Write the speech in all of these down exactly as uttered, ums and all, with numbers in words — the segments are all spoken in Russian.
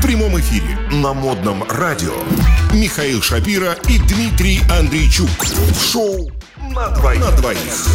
прямом эфире на модном радио Михаил Шапира и Дмитрий Андрейчук. В шоу «На двоих». На двоих.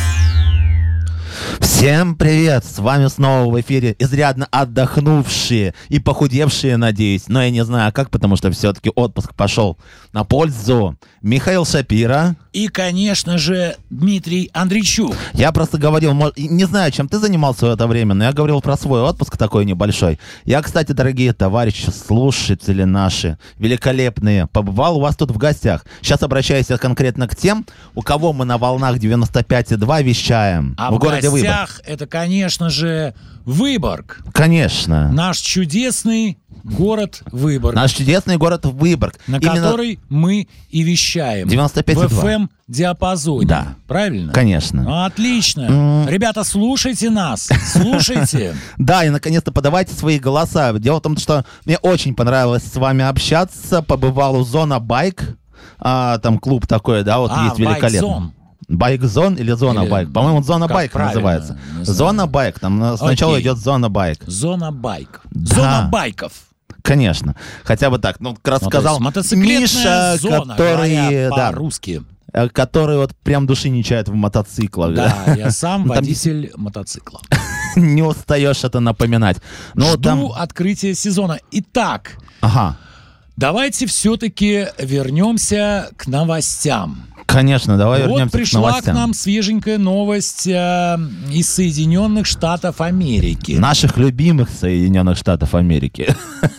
Всем привет! С вами снова в эфире изрядно отдохнувшие и похудевшие, надеюсь. Но я не знаю как, потому что все-таки отпуск пошел на пользу. Михаил Шапира. И, конечно же, Дмитрий Андрейчук. Я просто говорил, не знаю, чем ты занимался в это время, но я говорил про свой отпуск такой небольшой. Я, кстати, дорогие товарищи, слушатели наши, великолепные, побывал у вас тут в гостях. Сейчас обращаюсь конкретно к тем, у кого мы на волнах девяносто пять и два вещаем. А в в городе гостях Выборг. это, конечно же, Выборг. Конечно. Наш чудесный город Выборг. Наш чудесный город Выборг. На Именно... который мы и вещаем. девяносто пять и два. В эф эм-диапазоне. Да. Правильно? Конечно. Ну, отлично. Mm. Ребята, слушайте нас. Слушайте. Да, и наконец-то подавайте свои голоса. Дело в том, что мне очень понравилось с вами общаться. Побывал у Зона Байк. А, там клуб такой, да, вот а, есть великолепный. Байк-зон или Зона Или, Байк? По-моему, Зона как Байк правильно, называется. не знаю. Зона Байк. Там сначала Окей. идет Зона Байк. Зона Байк. Да. Зона байков. Конечно. Хотя бы так. Ну, как раз Ну, сказал мотоциклетная Миша, зона, который... Да, по-русски. который вот прям души не чает в мотоциклах. Да, я сам Там водитель мотоцикла. не устаешь это напоминать. Но Жду там... открытия сезона. Итак, Ага. давайте все-таки вернемся к новостям. Конечно, давай Вот вернемся к пришла к новостям. нам свеженькая новость э, из Соединенных Штатов Америки. Наших любимых Соединенных Штатов Америки.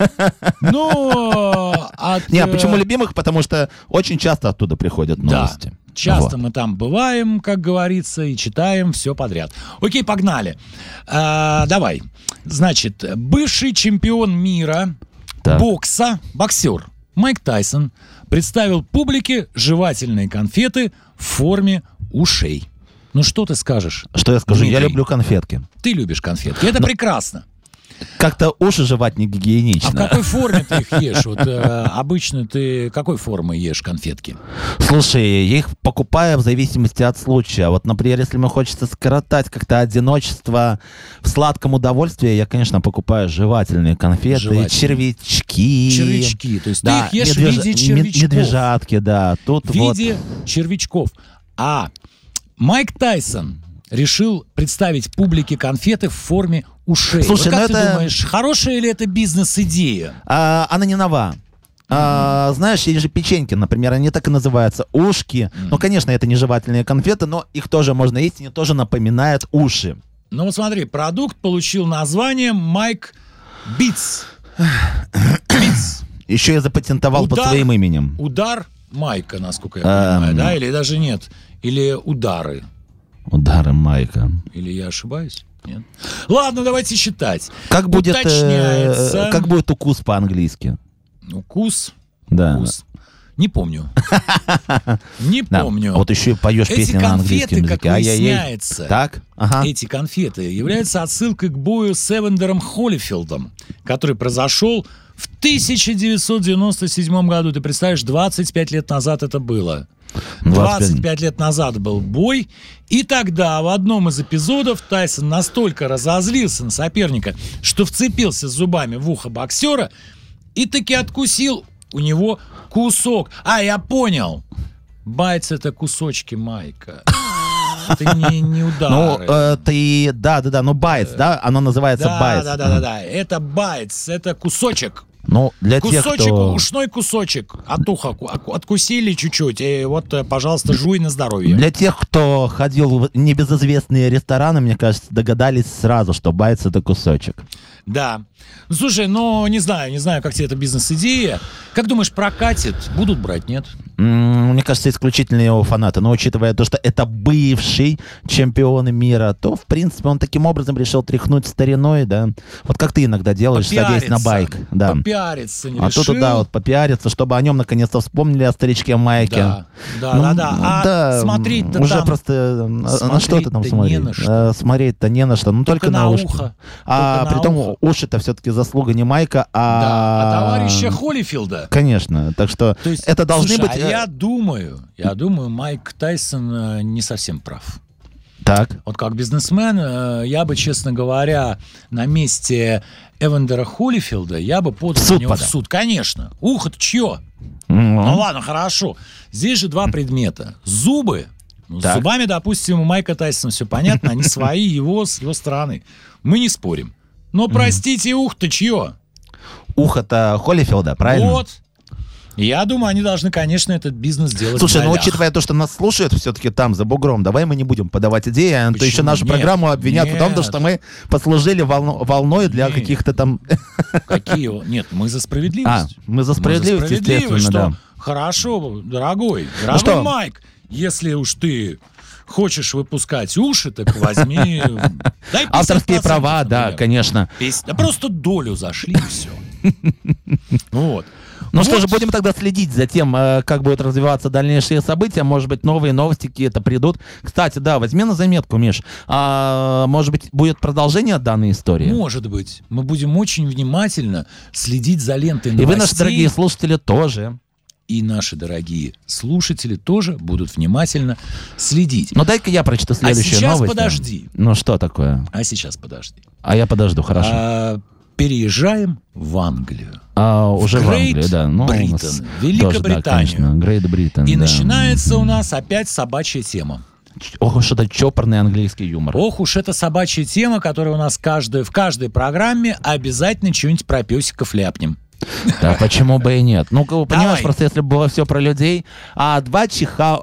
Ну, от, Не, э, почему любимых? Потому что очень часто оттуда приходят Да, новости. часто Вот. мы там бываем, как говорится, и читаем все подряд. Окей, погнали. А, давай. Значит, бывший чемпион мира Так. бокса, боксер Майк Тайсон представил публике жевательные конфеты в форме ушей. Ну что ты скажешь? Что я скажу? Я Дмитрий? люблю конфетки. Ты любишь конфетки. Это Но- прекрасно. Как-то уши жевать не А в гигиенично. какой форме ты их ешь? Вот э, обычно ты какой формы ешь конфетки? Слушай, я их покупаю в зависимости от случая. Вот, например, если мне хочется скоротать как-то одиночество в сладком удовольствии, я, конечно, покупаю жевательные конфеты, Жевательные. червячки. Червячки. То есть Да, ты их ешь медвеж- в виде мед- червячков. Медвежатки, да. Тут В виде червячков. А Майк Тайсон решил представить публике конфеты в форме ушей. Слушай, Вот как ну ты это- думаешь, хорошая ли это бизнес-идея? вот, а, она не нова. А, знаешь, есть же печеньки, например, они так и называются, ушки. Ну, конечно, это не жевательные конфеты, но их тоже можно есть, они тоже напоминают уши. Ну вот смотри, продукт получил название Майк Битс. Битс. Еще и запатентовал под Удар. своим именем. Удар Майка, насколько я Эм. понимаю, да? Или даже нет? Или удары? Удары Майка. Или я ошибаюсь? Нет. Ладно, давайте считать. Как будет, Уточняется. э, как будет укус по-английски? Укус. Да. Укус. Не помню. Не Да. помню. Вот еще и поешь Эти песни на английском конфеты, как языке. Ай-яй-яй. выясняется, Так? Ага. эти конфеты являются отсылкой к бою с Эвандером Холлифилдом, который произошел в тысяча девятьсот девяносто седьмом году. Ты представляешь, двадцать пять лет назад это было. двадцать пять лет назад был бой, и тогда в одном из эпизодов Тайсон настолько разозлился на соперника, что вцепился зубами в ухо боксера и таки откусил у него кусок. А, я понял. Байтс — это кусочки Майка. Это не, не удары. Ну, э, ты, да, да, да, ну байтс, да, оно называется да, байтс. да, да, да, да. Это байтс, это кусочек. Ну, для тех, Кусочек, кто... ушной кусочек от уха ку- откусили чуть-чуть, и вот, э, пожалуйста, жуй на здоровье. Для тех, кто ходил в небезызвестные рестораны, мне кажется, догадались сразу, что байтс — это кусочек. Да. Ну, слушай, ну, не знаю, не знаю, как тебе эта бизнес-идея. Как думаешь, прокатит? Будут брать, нет? М, Мне кажется, исключительно его фанаты. Но учитывая то, что это бывший чемпион мира, то, в принципе, он таким образом решил тряхнуть стариной, да. Вот как ты иногда делаешь, садясь на байк. Да. Попиариться не А решил. тут, да, вот попиариться, чтобы о нем наконец-то вспомнили, о старичке Майке. Да, да, Ну, да, да. А да, смотреть-то уже там... просто э, на что ты там смотреть-то смотреть? не на что. Э, Смотреть-то не на что, ну только, Только на, на ушки. ухо. А Только на притом ухо. уши-то все-таки заслуга не Майка, а... Да, а товарища Холлифилда. Конечно, так что То есть, это должны слушай, быть... а э, я думаю, я думаю, Майк Тайсон э, не совсем прав. Так. Вот как бизнесмен, э, я бы, честно говоря, на месте Эвандера Холлифилда я бы подал В суд на него подал. в суд. Конечно. Ухо-то чье? Мгм. Ну ладно, хорошо. Здесь же два предмета. Зубы. Ну, с Так. зубами, допустим, у Майка Тайсона все понятно, они свои, его, с его стороны. Мы не спорим. Но, простите, ухо-то чье? Ухо-то Холлифилда, правильно? Вот. Я думаю, они должны, конечно, этот бизнес делать. Слушай, в ну долях. учитывая то, что нас слушают все-таки там, за бугром, давай мы не будем подавать идеи, а то Почему? еще нашу Нет, программу обвинят в том, нет. что мы послужили волно- волной для Нет. каких-то там... Какие? Нет, мы за справедливость. А, мы за справедливость, естественно, что да. хорошо, дорогой, дорогой что? Майк, если уж ты хочешь выпускать уши, так возьми... дай Авторские пятьдесят процентов, права, да, например. конечно. Пятьдесят Да просто долю зашли, и все. Вот. Ну Вот. что же, будем тогда следить за тем, э, как будут развиваться дальнейшие события. Может быть, новые новости какие-то придут. Кстати, да, возьми на заметку, Миш. А, может быть, будет продолжение данной истории? Может быть. Мы будем очень внимательно следить за лентой И новостей. вы, наши дорогие слушатели, тоже. И наши дорогие слушатели тоже будут внимательно следить. Ну дай-ка я прочту следующую сейчас новость. подожди. Ну что такое? А сейчас подожди. А я подожду, хорошо. А, переезжаем в Англию. А, уже в Great Англии, да. Ну, у нас Britain, тоже, Великобританию. да, конечно, Great Britain, И да. начинается у нас опять собачья тема. Ч- Ох уж это чопорный английский юмор. Ох уж это собачья тема, которая у нас каждая, в каждой программе обязательно что-нибудь про песиков ляпнем. Да, почему бы и нет? Ну, понимаешь, Давай. просто если бы было все про людей, а два чиха...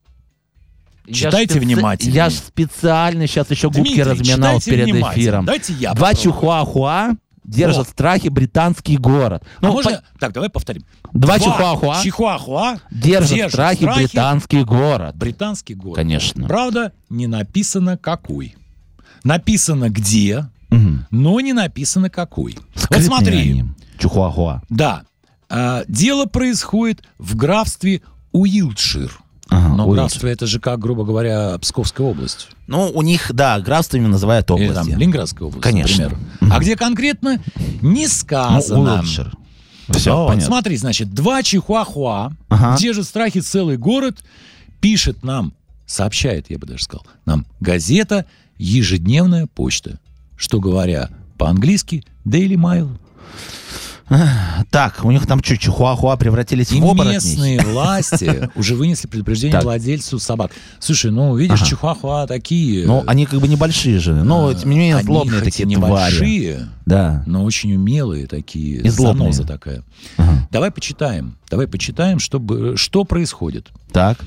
Читайте Я ж специ- внимательнее. Я же специально сейчас еще губки Дмитрий, разминал читайте перед внимательно. эфиром. Давайте я Два попробую. чихуахуа держат О. в страхе британский город. А Ну, можно... Так, давай повторим. Два чихуахуа чихуахуа держат в страхе британский город. британский город. Конечно. Правда, не написано какой. Написано где, Мгм. но не написано какой. Вот Скрытные смотри. они, чихуахуа. Да. А, дело происходит в графстве Уилтшир. Ага, Но Уилтшир. графство это же, как, грубо говоря, Псковская область. Ну, у них, да, графствами называют Или области. там Ленинградская область, Конечно. например. Мгм. А где конкретно, не Ну, сказано. Уилтшир. Все, Вот, понятно. смотри, значит, два чихуахуа Ага. держат в страхе целый город, пишет нам, сообщает, я бы даже сказал, нам газета «Ежедневная почта». Что говоря по-английски, Daily Mail. Так, у них там что, чихуахуа превратились И в оборотней? местные власти уже вынесли предупреждение Так. владельцу собак. Слушай, ну, видишь, Ага. чихуахуа такие... Ну, они как бы небольшие же. Но, тем не менее, они злобные хоть и такие твари. небольшие, Да. но очень умелые такие. И злобные. Заноза такая. Ага. Давай почитаем. Давай почитаем, чтобы, что происходит. Так.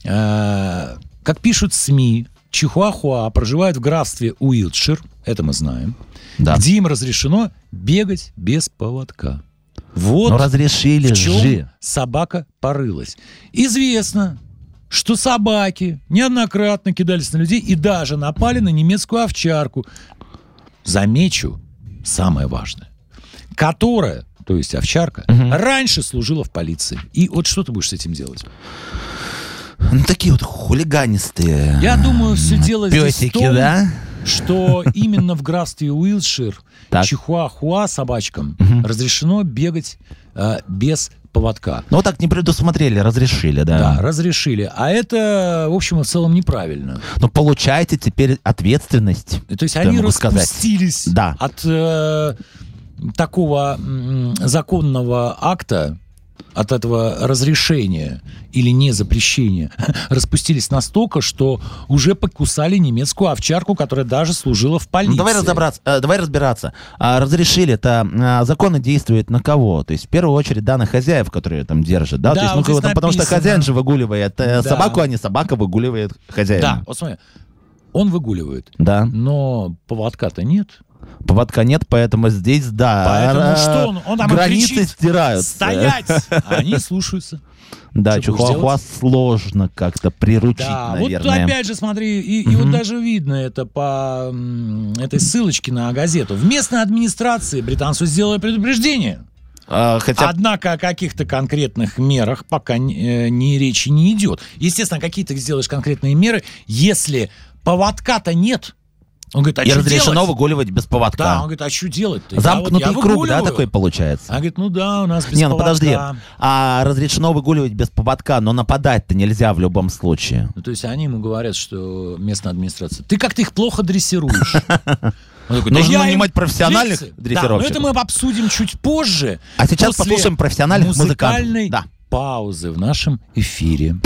А, как пишут СМИ, чихуахуа проживают в графстве Уилтшир, это мы знаем, Да. где им разрешено бегать без поводка. Вот Ну, разрешили в чем же. собака порылась. Известно, что собаки неоднократно кидались на людей и даже напали на немецкую овчарку. Замечу, самое важное, которая, то есть овчарка, Мгм. раньше служила в полиции. И вот что ты будешь с этим делать? Ну, такие вот хулиганистые. Я думаю, все дело здесь в Песики, том, да? что именно в графстве Уилтшир Так. чихуахуа собачкам Мгм. разрешено бегать э, без поводка. Ну, вот так не предусмотрели, разрешили, да. Да, разрешили. А это, в общем и в целом, неправильно. Но получаете теперь ответственность. То есть Что они я могу сказать? распустились Да. от э, такого м, законного акта, от этого разрешения или не запрещения, распустились настолько, что уже покусали немецкую овчарку, которая даже служила в полиции. Ну, давай разобраться, э, давай разбираться. А, разрешили-то, а, законы действуют на кого? То есть, в первую очередь, да, на хозяев, которые там держат, да? Да, То есть, ну, вот здесь там, потому что написано. хозяин же выгуливает э, Да. собаку, а не собака выгуливает хозяина. Да, вот смотри, он выгуливает, Да. но поводка-то нет. Поводка нет, поэтому здесь, да. Поэтому э, что он? Он там и границы кричит, стираются. Стоять! А они слушаются. Да, Что будешь чихуахуа сложно как-то приручить, Да, наверное. вот опять же, смотри, и, и Мгм. вот даже видно это по м, этой ссылочке на газету. В местной администрации британцу сделали предупреждение. А, хотя Однако о каких-то конкретных мерах пока ни, э, ни речи не идет. Естественно, какие ты сделаешь конкретные меры, если поводка-то нет. Он говорит, а И что разрешено делать? выгуливать без поводка. Да, он говорит, а что делать-то? Замкнутый Я вот- я круг, да, выгуливаю. такой получается? Она говорит, ну да, у нас без Не, ну поводка. подожди. А разрешено выгуливать без поводка, но нападать-то нельзя в любом случае. Ну, то есть они ему говорят, что местная администрация, ты как-то их плохо дрессируешь. Он такой, Нужно я им нанимать профессиональных лекции. дрессировщиков. Да, но это мы обсудим чуть позже. А сейчас после послушаем профессиональных музыкантов. музыкальной Да. паузы в нашем эфире.